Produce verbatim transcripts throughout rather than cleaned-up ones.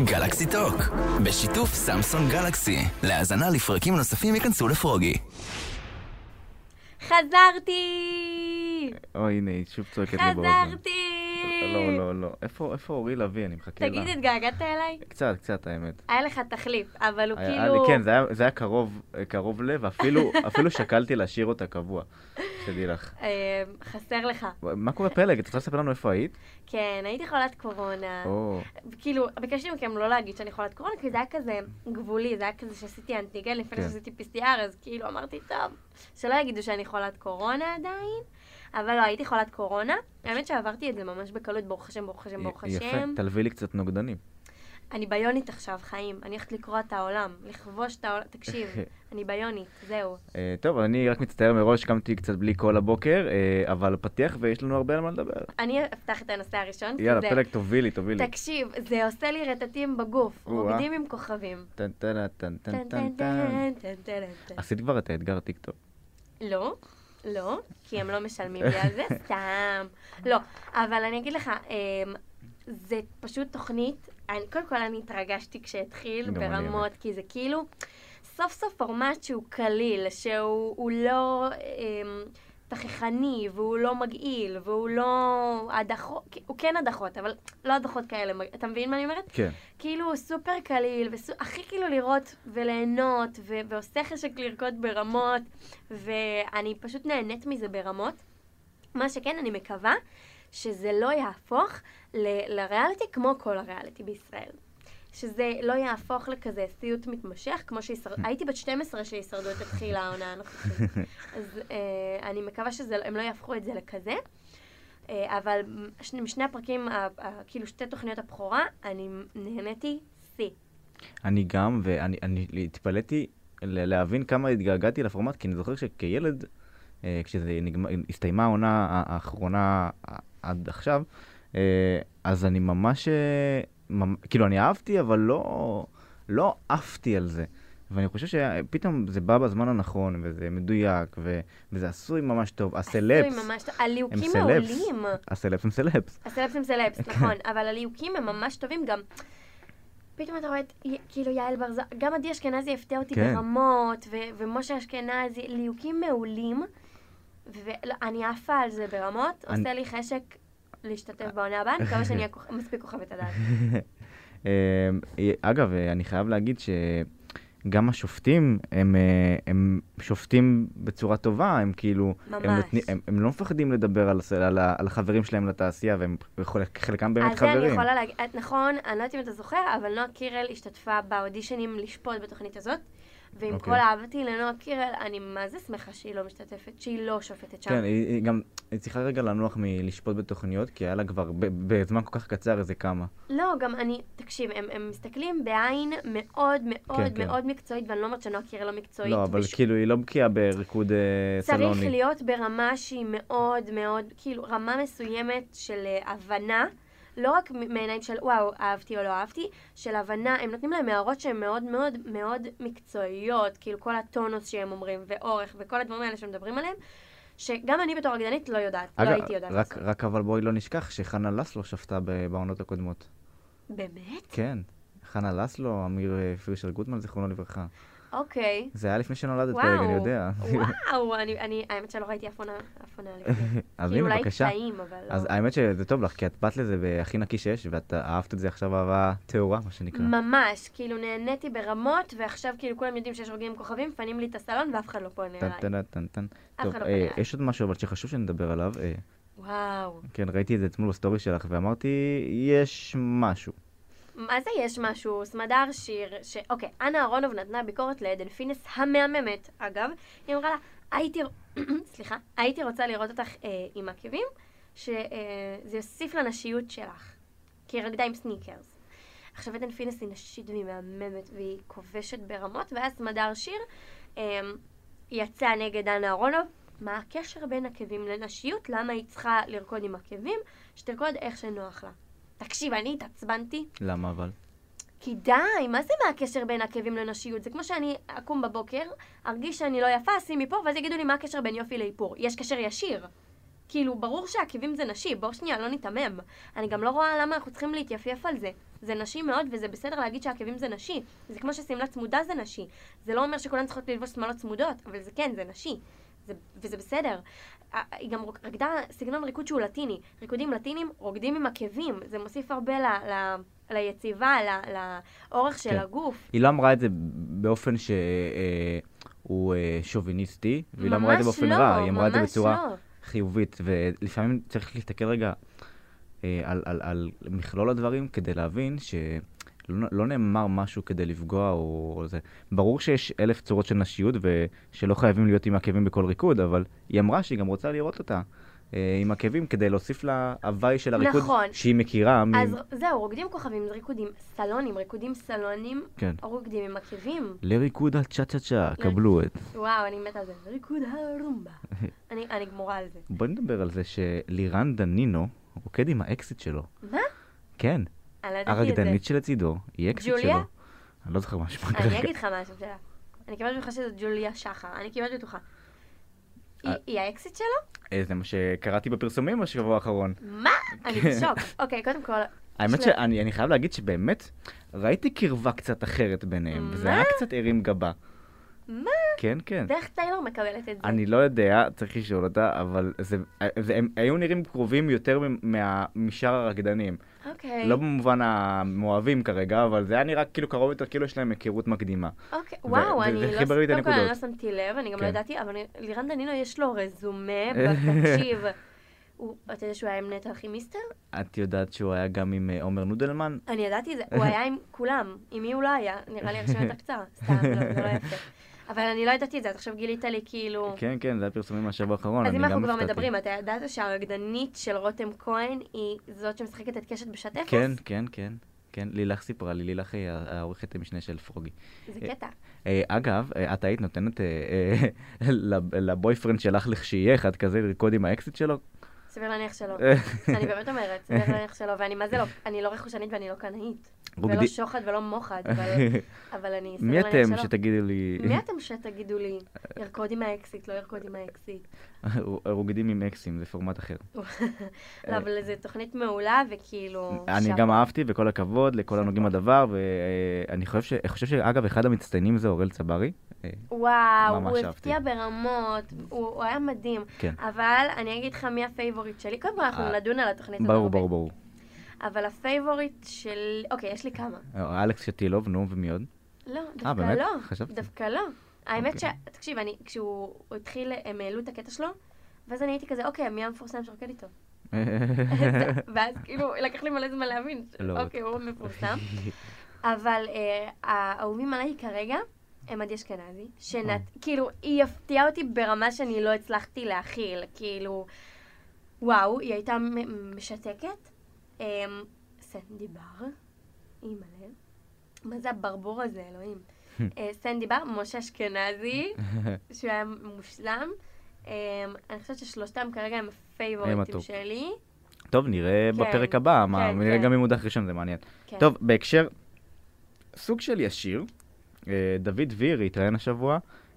גלקסי טוק, בשיתוף סמסונג גלקסי. להאזנה לפרקים נוספים ייכנסו לפרוגי. חזרתי! אוי, הנה, היא שוב צועקת לי באוזן. חזרתי! לא, לא, לא. איפה, איפה אורי לוי? אני מחכה לה. תגיד, התגעגעת אליי? קצת, קצת, האמת. היה לך תחליף, אבל הוא היה- כאילו... כן, זה היה, זה היה קרוב, קרוב לב, אפילו, אפילו שקלתי להשאיר אותה קבוע. שתדעי לך. אה, חסר לך. מה קורה פלג? את רוצה לספר לנו איפה היית? כן, הייתי חולת קורונה. או, כאילו, ביקשתי מכם לא להגיד שאני חולת קורונה, כי זה היה כזה גבולי, זה היה כזה שעשיתי אנטיגן לפני כן. שעשיתי פי סי אר, אז כאילו אמרתי, טוב, שלא יגידו שאני חולת קורונה עדיין, אבל לא, הייתי חולת קורונה. האמת שעברתי את זה ממש בקלות, ברוך השם, ברוך השם, ברוך יפה, השם. תלווי לי קצת נוגדנים. אני ביונית עכשיו, חיים. אני הולכת לקרוא את העולם, לכבוש את העולם. תקשיב, אני ביונית, זהו. אה, טוב, אני רק מצטער מראש, קמתי קצת בלי קול הבוקר, אה, אבל פתיח ויש לנו הרבה על מה לדבר. אני אפתח את הנושא הראשון. כי יאללה, זה- פלג, תובילי, תובילי. תקשיב, זה עושה לי רטטים בגוף, או-אה. רוקדים עם כוכבים. טן טן טן טן טן, טן טן, טן. טן, טן, טן, טן. עשית כבר את האתגר טיקטוק. לא, לא, כי הם לא משלמים לי על זה, סתם. לא, אבל אני אגיד לך, אמ, זה פשוט תוכנית, אני, קודם כל אני התרגשתי כשהתחיל גם אני, ברמות, כי זה כאילו סוף סוף פורמט שהוא קליל, שהוא הוא לא אמ, תככני, והוא לא מגעיל, והוא לא הדחות, הוא כן הדחות, אבל לא הדחות כאלה, אתה מבין מה אני אומרת? כן. כאילו סופר קליל, וסו... הכי כאילו לראות וליהנות, ו... ועושה חשק לרקוד ברמות, ואני פשוט נהנית מזה ברמות. מה שכן, אני מקווה שזה לא יהפוך ל... לריאליטי כמו כל הריאליטי בישראל. שזה לא יהפוך לכזה סיוט מתמשך, כמו שהישרד... הייתי בת שתים עשרה שהישרדות התחילה העונה הנוכחית. אז אה, אני מקווה שהם לא יהפכו את זה לכזה. אה, אבל מש- משני הפרקים, ה- ה- כאילו שתי תוכניות הבכורה, אני נהניתי שיא. אני גם, ואני אני התפלאתי ל- להבין כמה התגעגעתי לפורמט, כי אני זוכר שכילד, אה, כשזה נגמר, הסתיימה העונה ה- האחרונה ע- עד עכשיו, אה, אז אני ממש, אה, ממ- כאילו אני אהבתי, אבל לא, לא עפתי על זה. ואני חושב שפתאום זה בא בזמן הנכון, וזה מדויק, ו- וזה עשוי ממש טוב. הסלפס, עשוי ממש טוב. הליהוקים סלפס. מעולים. הסלפס הם סלפס. הסלפס הם סלפס, נכון. אבל הליהוקים הם ממש טובים גם. פתאום אתה רואה את, י- כאילו, יעל ברזל, גם עדי אשכנזי הפתיע אותי כן. ברמות, ו- ומשה אשכנזי, ליהוקים מעולים, ואני עפה על זה ברמות, אני- עושה לי חשק להשתתף בעונה הבאה, אני מקווה שאני אהיה כוכ- מספיק כוכבת הדעת. אה, אגב, אה, אני חייב להגיד שגם השופטים, הם, אה, הם שופטים בצורה טובה, הם כאילו, הם, ממש. נותנים, הם, הם לא מפחדים לדבר על, הס- על, ה- על החברים שלהם לתעשייה, והם יכול- חלקם באמת אז זה אני חברים. יכולה להגיד, את- נכון, אני לא יודעת אם אתה זוכר, אבל נועה קירל השתתפה באודישנים לשפוט בתוכנית הזאת, ועם אוקיי. כל אהבתי לנועה קירל, אני מה זה שמחה שהיא לא משתתפת, שהיא לא שופטת שם. כן, היא, היא גם, היא צריכה רגע לנוח מלשפוט בתוכניות, כי היה לה כבר ב, בזמן כל כך קצר איזה כמה. לא, גם אני, תקשיב, הם, הם מסתכלים בעין מאוד מאוד כן, כן. מאוד מקצועית, ואני לא אומרת שנועה קירל לא מקצועית. לא, אבל וש- כאילו היא לא בקיאה בריקוד אה, סלוני. צריך להיות ברמה שהיא מאוד מאוד, כאילו, רמה מסוימת של אה, הבנה, לא רק מ- מעיניים של וואו, אהבתי או לא אהבתי, של הבנה, הם נותנים להם הערות שהן מאוד מאוד מאוד מקצועיות, כאילו כל הטונוס שהם אומרים, ואורך, וכל הדברים האלה שמדברים עליהם, שגם אני בתור רקדנית לא יודעת, לא אגב, הייתי יודעת רק, לעשות. רק אבל בואי לא נשכח שחנה לסלו שפטה ב- בעונות הקודמות. באמת? כן, חנה לסלו, אמיר אה, פירשר גוטמן, זיכרונו לברכה. אוקיי. זה היה לפני שנולדת וואו, פלג, אני יודע. וואו, אני, אני, האמת שלא ראיתי אף עונה, אף עונה לפני. אז כאילו הנה, אולי בבקשה. קטעים, אבל לא. אז האמת שזה טוב לך, כי את באת לזה בהכי נקי שיש, ואת אהבת את זה עכשיו אהבה טהורה, מה שנקרא. ממש, כאילו נהניתי ברמות, ועכשיו כאילו כולם יודעים שיש רוגעים עם כוכבים, מפנים לי את הסלון ואף אחד לא פונה טן אליי. טן טן טן. אף טוב, אחד לא אה, פונה אליי. יש עוד משהו אבל שחשוב שנדבר עליו. אה, וואו. כן, ראיתי את זה אתמול בסטורי שלך, ואמרתי, יש משהו. מה זה יש משהו? סמדר שיר, ש... אוקיי, אנה אהרונוב נתנה ביקורת לעדן פינס המהממת, אגב. היא אמרה לה, הייתי, סליחה, הייתי רוצה לראות אותך אה, עם עקבים, שזה אה, זה יוסיף לנשיות שלך. כי היא רקדה עם סניקרס. עכשיו עדן פינס היא נשית והיא מהממת, והיא כובשת ברמות, ואז סמדר שיר אה, יצא נגד אנה אהרונוב. מה הקשר בין עקבים לנשיות? למה היא צריכה לרקוד עם עקבים? שתרקוד איך שנוח לה. תקשיב, אני התעצבנתי, למה אבל? כי די, מה זה מה הקשר בין עקבים לנשיות? זה כמו שאני אקום בבוקר, ארגיש שאני לא יפה, אשים מפה, ואז יגידו לי מה הקשר בין יופי לאיפור. יש קשר ישיר. כאילו, ברור שעקבים זה נשי, בואו שנייה, לא ניתמם. אני גם לא רואה למה אנחנו צריכים להתייפייף על זה. זה נשי מאוד, וזה בסדר להגיד שעקבים זה נשי. זה כמו שסמלה צמודה זה נשי. זה לא אומר שכולן צריכות ללבוש שמלות צמודות, אבל זה כן, זה נשי. זה, וזה בסדר. היא גם רקדה סגנון ריקוד שהוא לטיני. ריקודים לטינים רוקדים עם עקבים. זה מוסיף הרבה ל, ל, ליציבה, ל, לאורך של כן. הגוף. היא לא אמרה את זה באופן שהוא שוביניסטי, והיא לא אמרה את זה באופן לא, רע, היא אמרה את זה בצורה לא. חיובית, ולפעמים צריך להסתכל רגע על, על, על מכלול הדברים כדי להבין שלא לא נאמר משהו כדי לפגוע או, או זה. ברור שיש אלף צורות של נשיות ושלא חייבים להיות עם עקבים בכל ריקוד, אבל היא אמרה שהיא גם רוצה לראות אותה אה, עם עקבים כדי להוסיף לה הוואי של הריקוד נכון. שהיא מכירה. אז מ... זהו, רוקדים כוכבים, זה ריקודים סלונים, ריקודים סלונים, כן. רוקדים עם עקבים. לריקוד הצ'ה צ'ה צ'ה, קבלו את. וואו, אני מתה על זה. ריקוד הרומבה. אני, אני גמורה על זה. בואי נדבר על זה שלירן דנינו רוקד עם האקסיט שלו. מה? כן. אני לא ידעתי את זה. הרקדנית שלצידו, היא אקסיט שלו. ג'וליה? אני לא זוכר משהו. אני אגיד לך משהו שלה. אני כמעט בטוחה שזאת ג'וליה שחר. אני כמעט בטוחה. היא- היא האקסיט שלו? אה, זה מה שקראתי בפרסומים בשבוע האחרון. מה? אני בשוק. אוקיי, קודם כל... האמת יש לה- שאני אני חייב להגיד שבאמת ראיתי קרבה קצת אחרת ביניהם, וזה מה? היה קצת הרים גבה. מה? כן, כן. ואיך טיילור מקבלת את זה? אני לא יודע, צריך לשאול אותה, אבל זה, זה, הם היו נראים קרובים יותר מה, משאר הרקדנים. אוקיי. לא במובן המואבים כרגע, אבל זה היה נראה כאילו קרוב יותר, כאילו יש להם היכרות מקדימה. אוקיי, ו- וואו, וזה אני לא... חיבר לי את קודם כל, אני לא הנקודות. שמתי לב, אני גם כן. לא ידעתי, אבל לירן דנינו יש לו רזומה, תקשיב. הוא- אתה יודע שהוא היה עם נטע אלכימיסטר? את יודעת שהוא היה גם עם אה, עומר נודלמן? אני ידעתי את זה, הוא היה עם כולם. עם מי הוא לא היה? נראה לי הרשימה יותר קצרה. סתם, לא, זה לא יפה. אבל אני לא ידעתי את זה, אז עכשיו גילית לי כאילו... כן, כן, זה היה פרסומים מהשבוע האחרון, אז אני אם גם אנחנו כבר הפתעתי. מדברים, אתה ידעת שהרקדנית של רותם כהן היא זאת שמשחקת את קשת בשעת אפס? כן, כן, כן. כן, לילך סיפרה לי, לילך היא העורכת המשנה של פרוגי. זה קטע. אה, אגב, אה, את היית נותנת אה, אה, לב- לבויפרנד שלך לכשיהיה אחד כזה לרקוד עם האקסיט שלו? סביר להניח שלא. אני באמת אומרת, סביר להניח שלא, ואני מה זה לא, אני לא רכושנית ואני לא קנאית. ולא רוקדי- שוחד ולא מוחד, אבל- אבל אני סביר מי להניח אתם שלא. שתגידו לי, מי אתם שתגידו לי, ירקוד עם האקסיט, לא ירקוד עם האקסיט? רוקדים עם אקסים, זה פורמט אחר. לא, אבל זו תוכנית מעולה, וכאילו... אני שאפו. גם אהבתי, וכל הכבוד לכל הנוגעים בדבר, ואני חושב ש- חושב שאגב, אחד המצטיינים זה אורל צברי. אה, וואו, ממש הוא אהבתי. הפתיע ברמות, הוא הוא היה מדהים. כן. אבל אני אגיד לך מי הפייבוריט שלי. קודם כל אנחנו אה, נדון על התוכנית הזאת ברור, הרבה. ברור, ברור. אבל הפייבוריט של... אוקיי, יש לי כמה. אה, אלכס שטילוב, נו, ומי עוד? לא, דווקא באמת? לא. חשבתי. דווקא לא. האמת ש... אוקיי. תקשיב, אני, כשהוא הוא התחיל, הם העלו את הקטע שלו, ואז אני הייתי כזה, אוקיי, מי המפורסם שרוקד איתו? ואז כאילו, לקח לי מלא זמן להבין, לא. אוקיי, הוא מפורסם. אבל אה, האהובים עליי כרגע הם עדי אשכנזי, שנת... כאילו, היא הפתיעה אותי ברמה שאני לא הצלחתי להכיל, כאילו... וואו, היא הייתה מ- משתקת. אמ, סנדי בר, אימא'לה. מה זה הברבור הזה, אלוהים? אה, סנדי בר, משה אשכנזי, שהוא היה מושלם. אמ, אני חושבת ששלושתם כרגע הם הם הפייבוריטים הטופ. שלי. טוב, נראה כן, בפרק הבא, מה, כן, נראה כן. גם מי מודח ראשון, זה מעניין. כן. טוב, בהקשר, סוג של ישיר, אה, דוד דביר התראיין השבוע,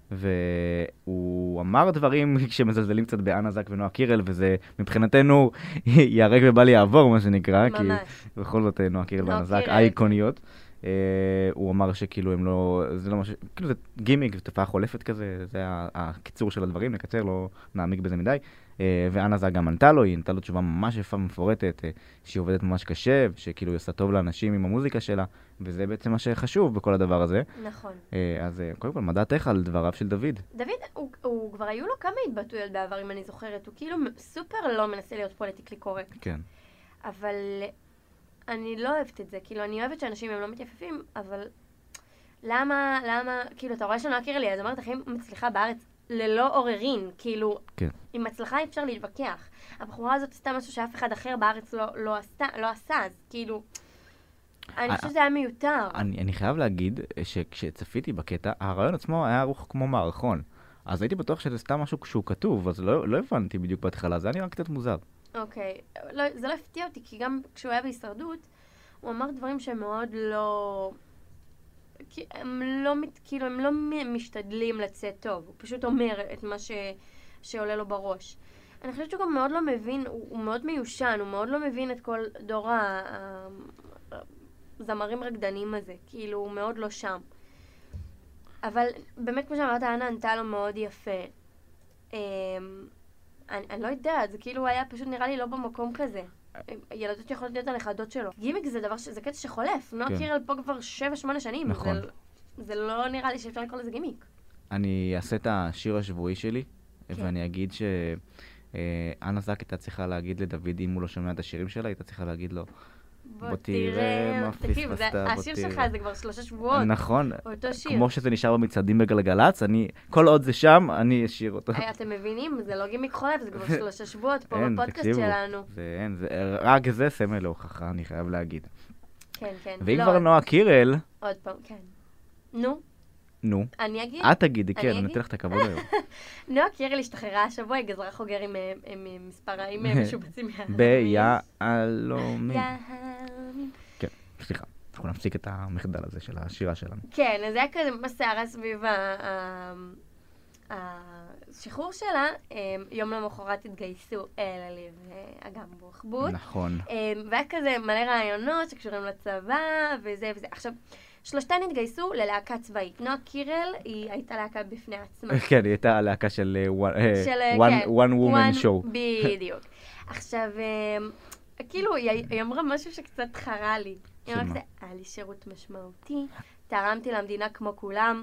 והוא אמר דברים כשמזלזלים קצת באנה זק ונועה קירל, וזה מבחינתנו ייהרג ובל יעבור, מה שנקרא, כי ממש. בכל זאת אה, נועה קירל נועה ואנה זק, קירל. אייקוניות. אה, הוא אמר שכאילו הם לא, זה לא משהו, כאילו זה גימיק, זו תופעה חולפת כזה, זה ה- הקיצור של הדברים, נקצר, לא נעמיק בזה מדי. אה, ואנה זק גם ענתה לו, היא ענתה לו תשובה ממש יפה ומפורטת, אה, שהיא עובדת ממש קשה, שכאילו היא עושה טוב לאנשים עם המוזיקה שלה, וזה בעצם מה שחשוב בכל הדבר הזה. נכון. אה, אז אה, קודם כל, מה דעתך על דבריו של דוד? דוד, הוא, הוא כבר היו לו כמה התבטאויות בעבר, אם אני זוכרת. הוא כאילו סופר לא מנסה להיות פוליטיקלי קורקט. כן. אבל אני לא אוהבת את זה. כאילו, אני אוהבת שאנשים הם לא מתייפפים, אבל למה, למה, כאילו, אתה רואה שנועה קירל, אז אמרת, הכי מצליחה בארץ ללא עוררין. כאילו, כן. עם הצלחה אי אפשר להתווכח. הבחורה הזאת עשתה משהו שאף אחד אחר בארץ לא, לא, עשתה, לא עשה, אז כאילו, אני אה, חושבת שזה היה מיותר. אני, אני חייב להגיד שכשצפיתי בקטע, הרעיון עצמו היה ערוך כמו מערכון. אז הייתי בטוח שזה סתם משהו שהוא כתוב, אז לא, לא הבנתי בדיוק בהתחלה, זה היה נראה קצת מוזר. אוקיי, לא, זה לא הפתיע אותי, כי גם כשהוא היה בהישרדות, הוא אמר דברים שהם מאוד לא... כי הם לא, מת- כאילו, הם לא מ- משתדלים לצאת טוב, הוא פשוט אומר את מה ש... שעולה לו בראש. אני חושבת שהוא גם מאוד לא מבין, הוא, הוא מאוד מיושן, הוא מאוד לא מבין את כל דור הזמרים רקדנים הזה, כאילו הוא מאוד לא שם. אבל באמת כמו שאמרת, אנה ענתה לו מאוד יפה. אני, אני לא יודעת, זה כאילו היה פשוט נראה לי לא במקום כזה. ילדות יכולות להיות הנכדות שלו. גימיק זה דבר, זה קטע שחולף. נועה קירל פה כבר שבע שמונה שנים. נכון. זה, זה לא נראה לי שאפשר לקרוא לזה גימיק. אני אעשה את השיר השבועי שלי, ואני אגיד שאנה זק הייתה צריכה להגיד לדוד, אם הוא לא שומע את השירים שלה, הייתה צריכה להגיד לו, בוא תראה מה פספסת, בוא השיר שלך זה כבר שלושה שבועות. נכון. אותו שיר. כמו שזה נשאר במצעדים בגלגלץ, אני, כל עוד זה שם, אני אשיר אותו. אתם מבינים? זה לא גימיק חולף, זה כבר שלושה שבועות פה בפודקאסט שלנו. זה אין, רק זה סמל להוכחה, אני חייב להגיד. כן, כן. ואם כבר נועה קירל... עוד פעם, כן. נו? נו. אני אגיד? את תגידי, כן, אני אתן לך את הכבוד היום. נועה קירל השתחררה השבוע, היא גזרה חוגר עם מספריים משובצים. ביהלומים. יהלומים. כן, סליחה. אנחנו נפסיק את המחדל הזה של השירה שלנו. כן, אז זה היה כזה ממש שערה סביב השחרור שלה. יום למחרת התגייסו אלה ואגם בוחבוט. נכון. והיה כזה מלא רעיונות שקשורים לצבא וזה וזה. עכשיו, שלושתן התגייסו ללהקה צבאית. נועה קירל היא הייתה להקה בפני עצמה. כן, היא הייתה להקה של one woman show. בדיוק. עכשיו, כאילו, היא אמרה משהו שקצת חרה לי. היא אמרה כזה, היה לי שירות משמעותי, תרמתי למדינה כמו כולם.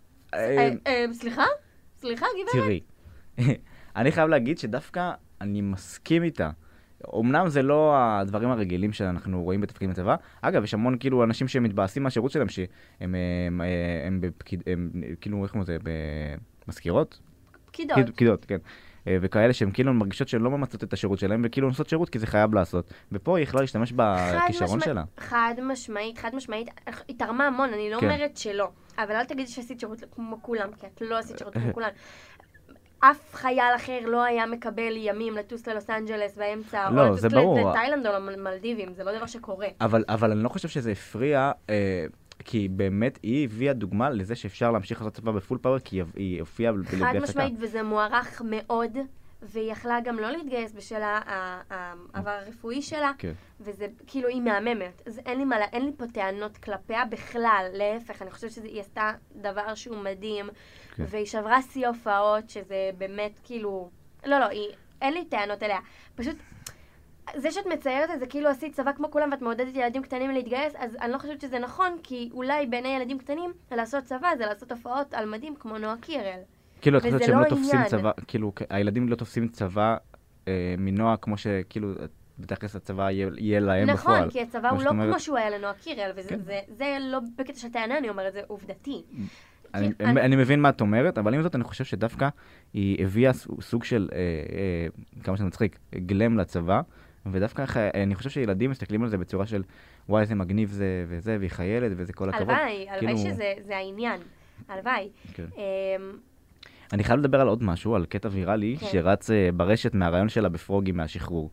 סליחה? סליחה, גברת? תראי, אני חייב להגיד שדווקא אני מסכים איתה. אמנם זה לא הדברים הרגילים שאנחנו רואים בתפקידים בצבא. אגב, יש המון כאילו אנשים שמתבאסים מהשירות שלהם, שהם הם בפקיד, הם כאילו, איך כמו זה, במזכירות? פקידות. פקידות, כן. וכאלה שהם כאילו מרגישות שהן לא ממצות את השירות שלהם, וכאילו לעשות שירות כי זה חייב לעשות. ופה היא יכולה להשתמש בכישרון שלה. חד משמעית, חד משמעית. היא תרמה המון, אני לא אומרת שלא. אבל אל תגידי שעשית שירות כמו כולם, כי את לא עשית שירות כמו כולם. אף חייל אחר לא היה מקבל ימים לטוס ללוס אנג'לס באמצע, לא, או זה לטוס ברור. לתאילנד או למלדיבים, זה לא דבר שקורה. אבל, אבל אני לא חושב שזה הפריע, אה, כי באמת היא הביאה דוגמה לזה שאפשר להמשיך לעשות צבא בפול פאוור, כי היא הופיעה בלבי הפסקה. חד משמעית, וזה מוערך מאוד, והיא יכלה גם לא להתגייס בשל העבר הרפואי שלה, כן. וזה כאילו היא מהממת. אז אין לי, מה, אין לי פה טענות כלפיה בכלל, להפך, אני חושבת שהיא עשתה דבר שהוא מדהים, כן. והיא שברה שיא הופעות, שזה באמת כאילו... לא, לא, היא, אין לי טענות אליה. פשוט, זה שאת מציירת את זה, כאילו עשית צבא כמו כולם ואת מעודדת ילדים קטנים להתגייס, אז אני לא חושבת שזה נכון, כי אולי בעיני ילדים קטנים, לעשות צבא זה לעשות הופעות על מדים כמו נועה קירל. כאילו, את חושבת שהם לא תופסים צבא, כאילו, הילדים לא תופסים צבא אה, מנועה כמו שכאילו, בתכלס הצבא יהיה להם בפועל. נכון, כי הצבא הוא לא כמו שהוא היה לנועה קירל, וזה לא בקטע של טענה, אני אומרת, זה עובדתי. אני מבין מה את אומרת, אבל עם זאת אני חושב שדווקא היא הביאה סוג של, כמה שזה מצחיק, גלם לצבא, ודווקא אני חושב שילדים מסתכלים על זה בצורה של, וואי, איזה מגניב זה וזה, והיא חיילת, וזה כל הכבוד. הלוואי, הלוואי שזה העניין. הלוואי. אני חייב לדבר על עוד משהו, על קטע ויראלי שרץ ברשת מהרעיון שלה בפרוגי מהשחרור.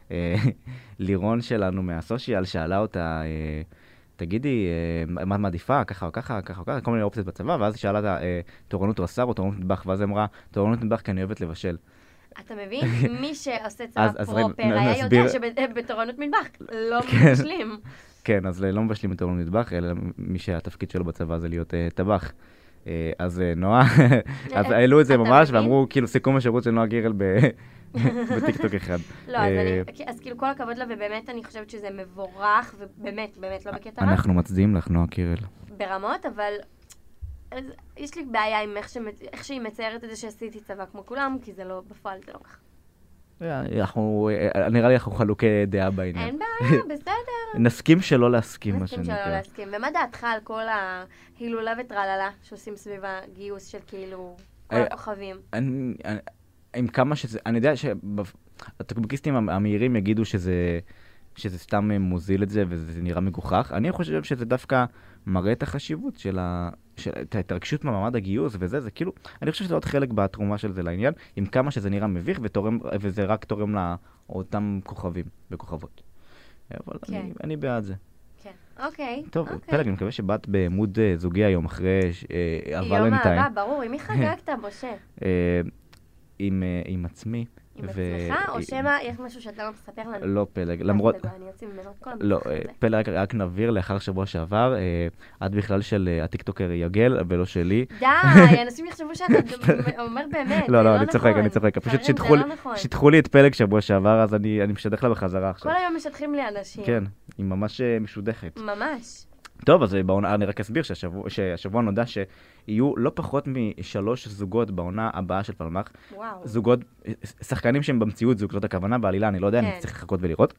לירון שלנו מהסושיאל שאלה אותה, תגידי, מה מעדיפה, ככה או ככה, ככה או ככה, כל מיני אופציות בצבא, ואז היא שאלה אותה, תורנות רס"ר או תורנות מטבח, ואז היא אמרה, תורנות מטבח כי אני אוהבת לבשל. אתה מבין? מי שעושה צבא פרופר היה יודע שבתורנות מטבח לא מבשלים. כן, אז לא מבשלים בתורנות מטבח, אלא מי שהתפקיד שלו בצבא זה להיות טבח. אז נועה, אז העלו את זה ממש, ואמרו, כאילו, סיכום השירות של נועה קירל בטיקטוק אחד. לא, אז כאילו, כל הכבוד לה, ובאמת אני חושבת שזה מבורך, ובאמת, באמת לא בקטע רע. אנחנו מצדיעים לך, נועה קירל. ברמות, אבל יש לי בעיה עם איך שהיא מציירת את זה שעשיתי צבא כמו כולם, כי זה לא, בפועל זה לא ככה. אנחנו, נראה לי אנחנו חלוקי דעה בעניין. אין בעיה, בסדר. נסכים שלא להסכים, מה שנקרא. נסכים שלא להסכים. ומה דעתך על כל ההילולה וטרללה שעושים סביב הגיוס של כאילו כל הכוכבים? עם כמה שזה, אני יודע שהטוקבקיסטים המהירים יגידו שזה שזה סתם מוזיל את זה וזה נראה מגוחך. אני חושב שזה דווקא מראה את החשיבות של ההתרגשות ממעמד הגיוס וזה, זה כאילו, אני חושב שזה עוד חלק בתרומה של זה לעניין, עם כמה שזה נראה מביך ותורם, וזה רק תורם לאותם כוכבים וכוכבות. אבל כן. אני, אני בעד זה. כן, אוקיי. טוב, אוקיי. פלג, אני מקווה שבאת במוד זוגי היום אחרי הוולנטיין. יום אהבה, ברור, עם מי חגגת, משה? עם, עם עצמי, עם עצמך, או שמה יש משהו שאתה לא מספר לנו? לא פלג, למרות... אני יוצא ממנו את כל לא, המסך הזה. פלג רק נבהיר לאחר שבוע שעבר, את בכלל של הטיקטוקר יגל ולא שלי. די, אנשים יחשבו שאתה אומר באמת, לא, לא, אני צוחק, אני צוחק. פשוט שיתחו לי את פלג שבוע שעבר, אז אני משדך לה בחזרה עכשיו. כל היום משדכים לי אנשים. כן, היא ממש משודכת. ממש. טוב, אז בעונה, אני רק אסביר שהשבוע נודע שיהיו לא פחות משלוש זוגות בעונה הבאה של פלמח. וואו. זוגות, שחקנים שהם במציאות זוג, זאת הכוונה, בעלילה, אני לא יודע, אני צריך לחכות ולראות.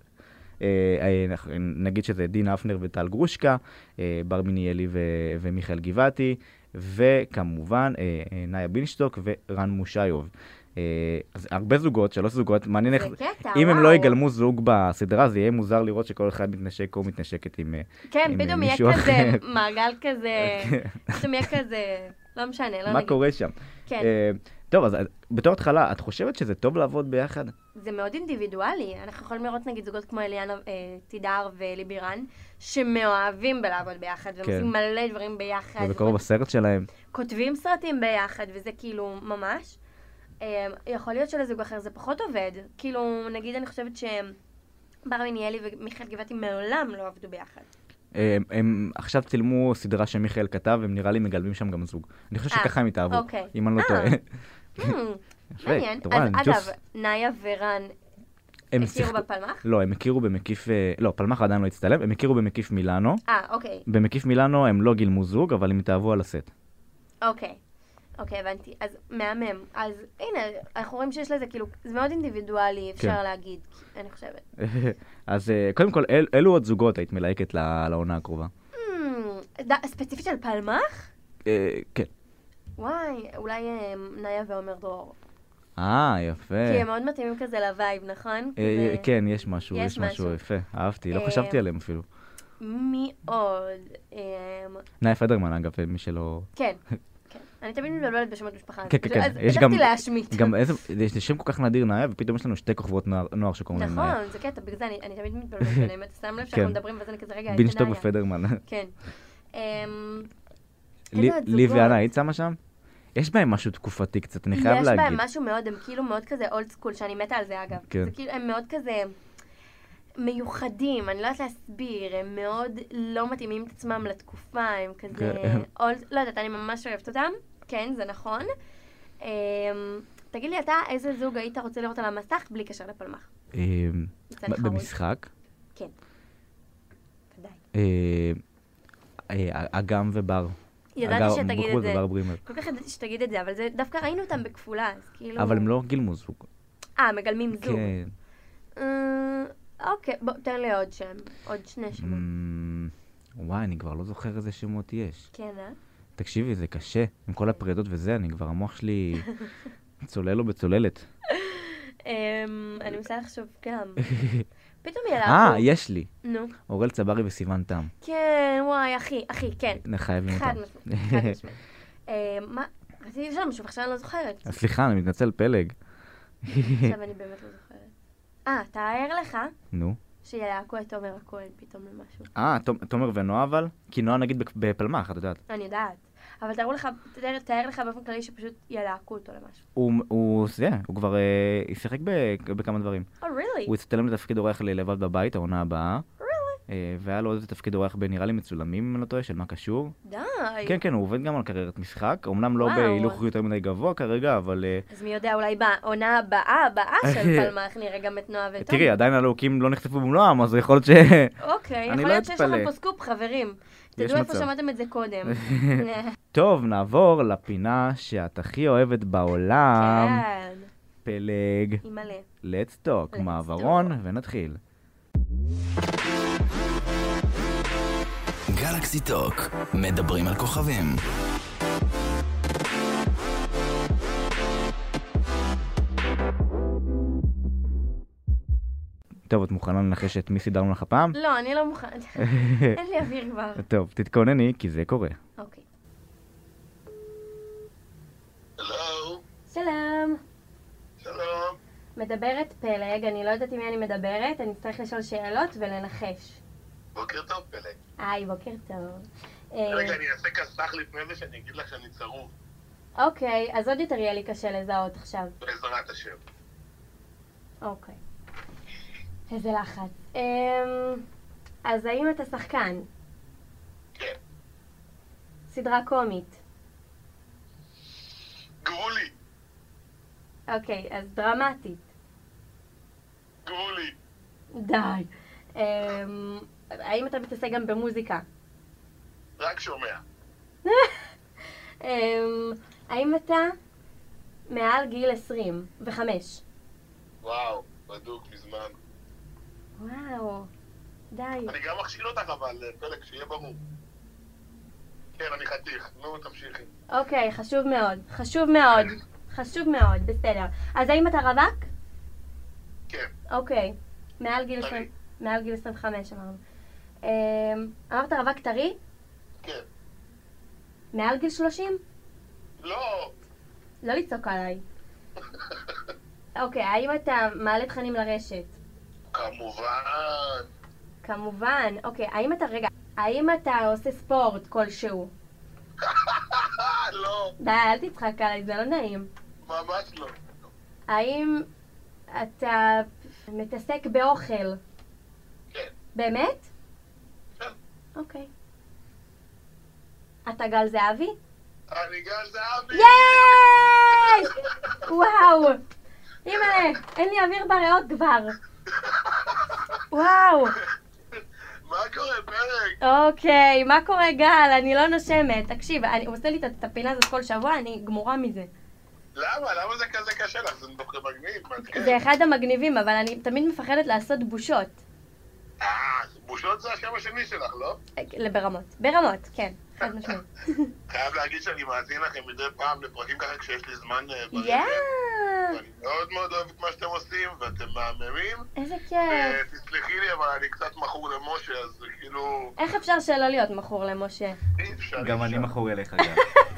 נגיד שזה דינה אפנר וטל גרושקה, בר מיניאלי ומיכאל גבעתי, וכמובן נאיה בינשטוק ורן מושיוב. אז הרבה זוגות, שלוש זוגות, מעניין איך... אם הם לא יגלמו זוג בסדרה, זה יהיה מוזר לראות שכל אחד מתנשק או מתנשקת עם מישהו אחר. כן, פתאום יהיה כזה מעגל כזה, פתאום יהיה כזה, לא משנה, לא נגיד. מה קורה שם? כן. טוב, אז בתור התחלה, את חושבת שזה טוב לעבוד ביחד? זה מאוד אינדיבידואלי. אנחנו יכולים לראות נגיד זוגות כמו אליאנה תידר וליבירן, שמאוהבים בלעבוד ביחד, ועושים מלא דברים ביחד. ובקרוב בסרט שלהם. כותבים סרטים ביחד, וזה כאילו ממש. יכול להיות שלזוג אחר זה פחות עובד. כאילו, נגיד אני חושבת שבר מיניאלי ומיכאל גבעתי מעולם לא עבדו ביחד. הם עכשיו צילמו סדרה שמיכאל כתב, הם נראה לי מגלבים שם גם זוג. אני חושב שככה הם התאהבו, אם אני לא טועה. מעניין. אז אגב, נאיה ורן הכירו בפלמח? לא, הם הכירו במקיף, לא, פלמח עדיין לא הצטלם, הם הכירו במקיף מילאנו. אה, אוקיי. במקיף מילאנו הם לא גילמו זוג, אבל הם התאהבו על הסט. אוקיי. אוקיי, הבנתי. אז מהמם. אז הנה, אנחנו רואים שיש לזה, כאילו, זה מאוד אינדיבידואלי, אפשר להגיד, אני חושבת. אז קודם כל, אילו עוד זוגות היית מלהקת לעונה הקרובה? ספציפית של פלמח? כן. וואי, אולי נאיה ועומר דרור. אה, יפה. כי הם מאוד מתאימים כזה לווייב, נכון? כן, יש משהו, יש משהו יפה. אהבתי, לא חשבתי עליהם אפילו. מי עוד? נאיה פדרמן, אגב, מי שלא... כן. אני תמיד מתבלבלת בשמות משפחה. כן, כן, כן. אז כתבתי להשמיט. גם איזה, זה שם כל כך נדיר נאיה, ופתאום יש לנו שתי כוכבות נוער שקוראים להם נאיה. נכון, זה קטע, בגלל זה אני תמיד מתבלבלת ביניהם. אתה שם לב שאנחנו מדברים ואז אני כזה רגע, בינשטוק ופדרמן. כן. לי ואנה, היית שמה שם? יש בהם משהו תקופתי קצת, אני חייב להגיד. יש בהם משהו מאוד, הם כאילו מאוד כזה אולד סקול, שאני מתה על זה אגב. הם מאוד כזה מיוחדים, אני לא יודעת להסביר, הם מאוד לא מתאימים את עצמם לתקופה, הם כזה אולד, לא יודעת, אני ממש אוהבת אותם. כן, זה נכון. תגיד לי, אתה איזה זוג היית רוצה לראות על המסך בלי קשר לפלמח? במשחק? כן. ודאי. אגם ובר. ידעתי שתגיד את זה. כל כך ידעתי שתגיד את זה, אבל דווקא ראינו אותם בכפולה, אז כאילו... אבל הם לא גילמו זוג. אה, מגלמים זוג. כן. אוקיי, בוא, תן לי עוד שם. עוד שני שמות. וואי, אני כבר לא זוכר איזה שמות יש. כן, אה? תקשיבי, זה קשה. עם כל הפרידות וזה, אני כבר, המוח שלי צולל לו בצוללת. אני מנסה לחשוב גם. פתאום ילעבו. אה, יש לי. נו. אורל צברי וסיוון תם. כן, וואי, אחי, אחי, כן. חייבים אותם. חד משמעית, חד משמעית. מה? רציתי לשאול משהו, עכשיו אני לא זוכרת. סליחה, אני מתנצל, פלג. עכשיו אני באמת לא זוכרת. אה, תאר לך? נו. שילהקו את תומר הכהן פתאום למשהו. אה, תומר ונועה אבל? כי נועה נגיד בפלמח, את יודעת. אני יודעת. אבל תארו לך, תאר לך באופן כללי שפשוט ילהקו אותו למשהו. הוא, זה, הוא כבר ישחק בכמה דברים. Oh, really? הוא יצטלם לתפקיד אורח ללבד בבית, העונה הבאה. Really? והיה לו עוד תפקיד אורח בנראה לי מצולמים, אם לא טועה, של מה קשור. די. כן, כן, הוא עובד גם על קריירת משחק. אמנם לא בהילוך יותר מדי גבוה כרגע, אבל... אז מי יודע, אולי בעונה הבאה, הבאה של פלמח, נראה גם את נועה ותומר. תראי, עדיין הלהוקים לא נחשפו במלואם, אז יכול להיות ש... אוקיי, יכול להיות שיש לכם פה סקופ, חברים. תדעו איפה שמעתם את זה קודם. טוב, נעבור לפינה שאת הכי אוהבת בעולם. כן. פלג. אימא'לה. Let's talk. מעברון, ונתחיל. גלקסי טוק. מדברים על כוכבים. טוב, את מוכנה לנחש את מי סידרנו לך פעם? לא, אני לא מוכנה. אין לי אוויר כבר. טוב, תתכונני, כי זה קורה. אוקיי. שלום. שלום. שלום. מדברת פלג, אני לא יודעת עם מי אני מדברת, אני צריך לשאול שאלות ולנחש. בוקר טוב, פלג. היי, בוקר טוב. רגע, אני אעשה כסח לפני זה שאני אגיד לך שאני צרוף. אוקיי, אז עוד יותר יהיה לי קשה לזהות עכשיו. בעזרת השם. אוקיי. איזה לחץ. אמ, אז האם אתה שחקן? כן. סדרה קומית? גבולי. אוקיי, אז דרמטית? גבולי. די. אמ, האם אתה מתעסק גם במוזיקה? רק שומע. אמ, האם אתה מעל גיל עשרים וחמש? וואו, בדוק מזמן. וואו, די. אני גם מכשיל אותך אבל, פלג, שיהיה ברור. כן, אני חתיך. נו, תמשיכי. אוקיי, חשוב מאוד. חשוב מאוד. חשוב מאוד, בסדר. אז האם אתה רווק? כן. אוקיי. מעל גיל טרי. עשרים, מעל גיל עשרים וחמש אמרנו. אמ, אמרת רווק טרי? כן. מעל גיל שלושים? לא. לא לצעוק עליי. אוקיי, האם אתה מעלה תכנים לרשת? כמובן. כמובן. אוקיי, האם אתה, רגע, האם אתה עושה ספורט כלשהו? לא, די, אל תצחק עליי, זה לא נעים. ממש לא. האם אתה מתעסק באוכל? כן. באמת? כן. אוקיי. אתה גל זהבי? אני גל זהבי. ייי! וואו! אימא'לה, אין לי אוויר בריאות כבר. וואו. מה קורה, פרק? אוקיי, מה קורה גל? אני לא נושמת. תקשיב, אני- הוא עושה לי את הפינה הזאת כל שבוע, אני גמורה מזה. למה? למה זה כזה קשה לך? זה דווקא מגניב, מעדכן. זה אחד המגניבים, אבל אני תמיד מפחדת לעשות בושות. אה, בושות זה השם השני שלך, לא? ברמות. ברמות, כן. חד משמעית. חייב להגיד שאני מאזין לכם מדי פעם לפרקים ככה כשיש לי זמן אה, ברגע. יאה! ואני מאוד מאוד אוהב את מה שאתם עושים, ואתם מהממים. איזה כיף. תסלחי לי, אבל אני קצת מכור למשה, אז זה כאילו... איך אפשר שלא להיות מכור למשה? אי אפשר. גם אי אני אפשר. מכור אליך גם.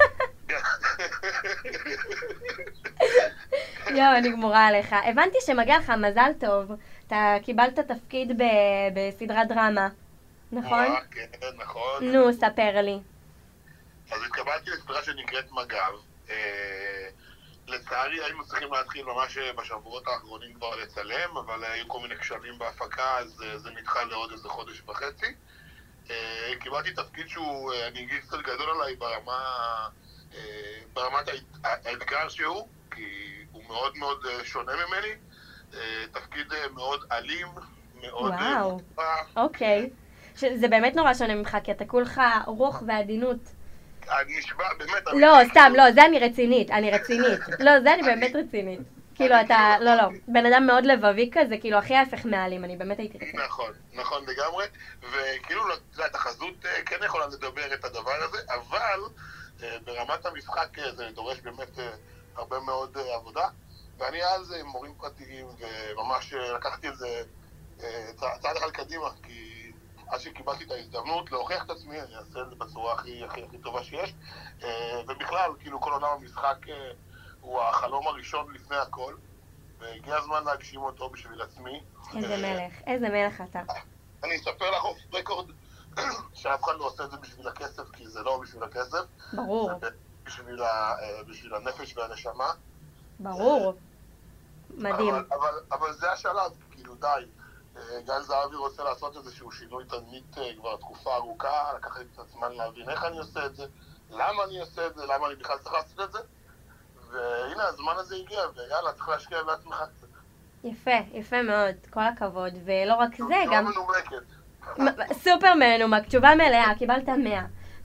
יואו, אני גמורה עליך. הבנתי שמגיע לך מזל טוב. אתה קיבלת תפקיד ב- בסדרת דרמה, נכון? וואו, כן, נכון. נו, ספר לי. אז התקבלתי לסדרה שנקראת מג"ב. אה, לצערי היינו צריכים להתחיל ממש בשבועות האחרונים כבר לצלם, אבל היו כל מיני כשלים בהפקה, אז אה, זה נדחה לעוד איזה חודש וחצי. אה, קיבלתי תפקיד שהוא, אה, אני אגיד קצת גדול עליי ברמה, אה, ברמת ההת- האתגר שהוא, כי הוא מאוד מאוד אה, שונה ממני. אה, תפקיד אה, מאוד אלים, מאוד אה, וואו. מוטבע. אוקיי. ש- זה באמת נורא שונה ממך, כי אתה כולך רוח ועדינות. אני נשבע, באמת... לא, אני- סתם, לא, זה אני רצינית, אני רצינית. לא, זה אני באמת רצינית. כאילו, אתה, לא, לא, בן אדם מאוד לבבי כזה, כאילו, הכי ההפך מעלים, אני באמת הייתי רצינית. נכון, נכון לגמרי, וכאילו, אתה יודע, התחזות אה, כן יכולה לדבר את הדבר הזה, אבל אה, ברמת המשחק אה, זה דורש באמת אה, הרבה מאוד אה, עבודה, ואני על זה עם מורים פרטיים, וממש אה, לקחתי את זה אה, צע- צעד אחד קדימה, כי עד שקיבלתי את ההזדמנות להוכיח את עצמי, אני אעשה את זה בצורה הכי הכי הכי טובה שיש, אה, ובכלל, כאילו, כל עולם המשחק אה, הוא החלום הראשון לפני הכל, והגיע הזמן להגשים אותו בשביל עצמי. איזה אה, מלך, איזה מלך אתה. אני אספר לך אוף רקורד שאף אחד לא עושה את זה בשביל הכסף, כי זה לא בשביל הכסף, ברור, זה בשביל, ה, בשביל הנפש והנשמה. ברור. מדהים. אבל, אבל, אבל זה השלב, כאילו די. אה, גל זהבי רוצה לעשות איזשהו שינוי תדמית אה, כבר תקופה ארוכה, לקח לי קצת זמן להבין איך אני עושה את זה, למה אני עושה את זה, למה אני בכלל צריך לעשות את זה, והנה הזמן הזה הגיע, ויאללה, צריך להשקיע בעצמך קצת. יפה, יפה מאוד, כל הכבוד. ולא רק זה, תשובה גם מנומקת. מ- סופר מנומק, תשובה מלאה, קיבלת מאה.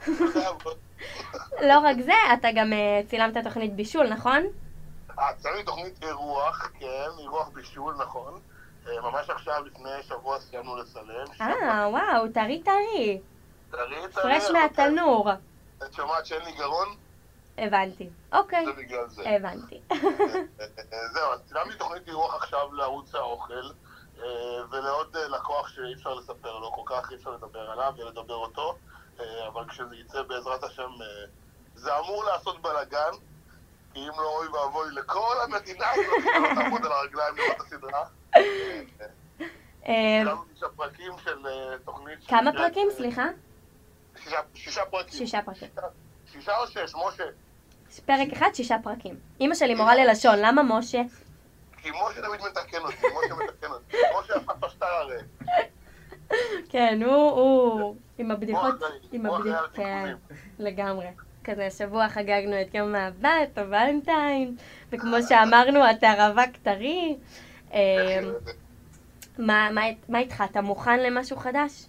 לא רק זה, אתה גם אה, צילמת תוכנית בישול, נכון? אה, צלמתי תוכנית אירוח, כן, אירוח בישול, נכון. אה, ממש עכשיו, לפני שבוע סיימנו לצלם. אה, וואו, טרי טרי. טרי, טרי, פרש אוקיי. מהתנור. את שומעת שאין לי גרון? הבנתי. אוקיי, זה בגלל זה. הבנתי. אה, אה, זהו, אז צילמתי תוכנית אירוח עכשיו לערוץ האוכל, אה, ולעוד אה, לקוח שאי אפשר לספר לו, כל כך אי אפשר לדבר עליו ולדבר אותו, אה, אבל כשזה יצא בעזרת השם, אה, זה אמור לעשות בלאגן, כי אם לא אוי ואבוי לכל המדינה הזאת, שלא תעמוד על הרגליים לראות את הסדרה. אה, אה, גם שישה פרקים של אה, תוכנית... כמה שנקראת, פרקים, אה, סליחה? שישה, שישה פרקים. שישה פרקים. שישה או שש, משה? פרק אחד, שישה פרקים. אמא שלי מורה ללשון, למה משה? כי כי משה תמיד מתקן אותי, משה מתקן אותי, משה הפך פשטר הרי. כן, הוא, הוא, עם הבדיחות, מוח עם מוח הבדיחות, היה כן, לתיקונים. לגמרי. כזה, השבוע חגגנו את יום האהבה, את הוולנטיין, וכמו שאמרנו, אתה רווק טרי. אה, מה, מה, מה איתך? אתה מוכן למשהו חדש?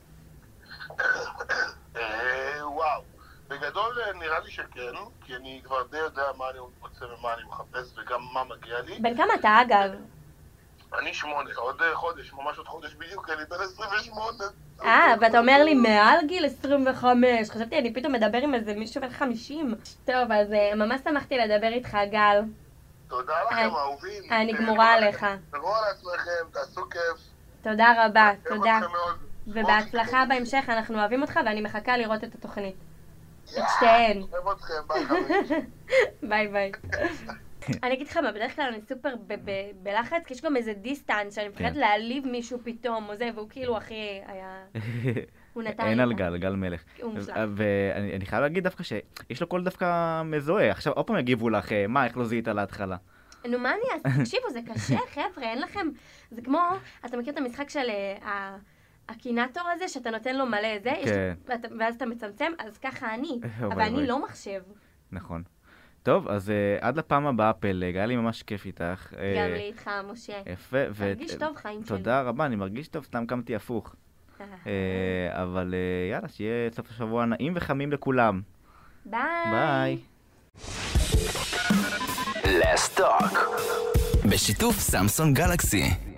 אה, וואו. בגדול אה, נראה לי שכן, כי אני כבר די יודע מה אני רוצה ומה אני מחפש וגם מה מגיע לי. בן כמה אתה, אגב? אני שמונה, עוד אה, חודש, ממש עוד חודש בדיוק, אני בן עשרים ושמונה. אה, ואתה אומר לי מעל גיל עשרים וחמש. חשבתי, אני פתאום מדבר עם איזה מישהו בן חמישים. טוב, אז אה, ממש שמחתי לדבר איתך, גל. תודה לכם, אני- אהובים. אני אה, גמורה עליך. תראו על עצמכם, תעשו כיף. תודה רבה, אוהב תודה. אתכם מאוד. ובהצלחה בהמשך, אנחנו אוהבים אותך ואני מחכה לראות את התוכנית. את שתיהן. אוהב אתכם, ביי חברים. ביי ביי. אני אגיד לך מה, בדרך כלל אני סופר ב- ב- בלחץ, כי יש גם איזה דיסטנס שאני מפחדת כן. להעליב מישהו פתאום, או זה, והוא כאילו הכי היה... הוא נתן לי אין את על ה- גל, גל מלך. הוא מושלם. ואני אני חייב להגיד דווקא שיש לו קול דווקא מזוהה. עכשיו עוד פעם יגיבו לך, אה, מה, איך לא זיהית להתחלה? נו, מה אני אעשה? תקשיבו, זה קשה, חבר'ה, אין לכם... זה כמו, אתה מכיר את המשחק של אה, ה- הקינטור הזה, שאתה נותן לו מלא זה, יש- כן. ואתה- ואז אתה מצמצם, אז ככה אני. אוי, אבל אני אוי. לא מחשב. נכון. טוב, אז uh, עד לפעם הבאה, פלג, היה לי ממש כיף איתך. גם אה, לי איתך, משה. יפה. ו- תרגיש טוב, חיים שלי. תודה רבה, אני מרגיש טוב, סתם קמתי הפוך. אה, אבל אה, יאללה, שיהיה סוף השבוע נעים וחמים לכולם. ביי. ביי. Let's talk. בשיתוף סמסונג גלקסי.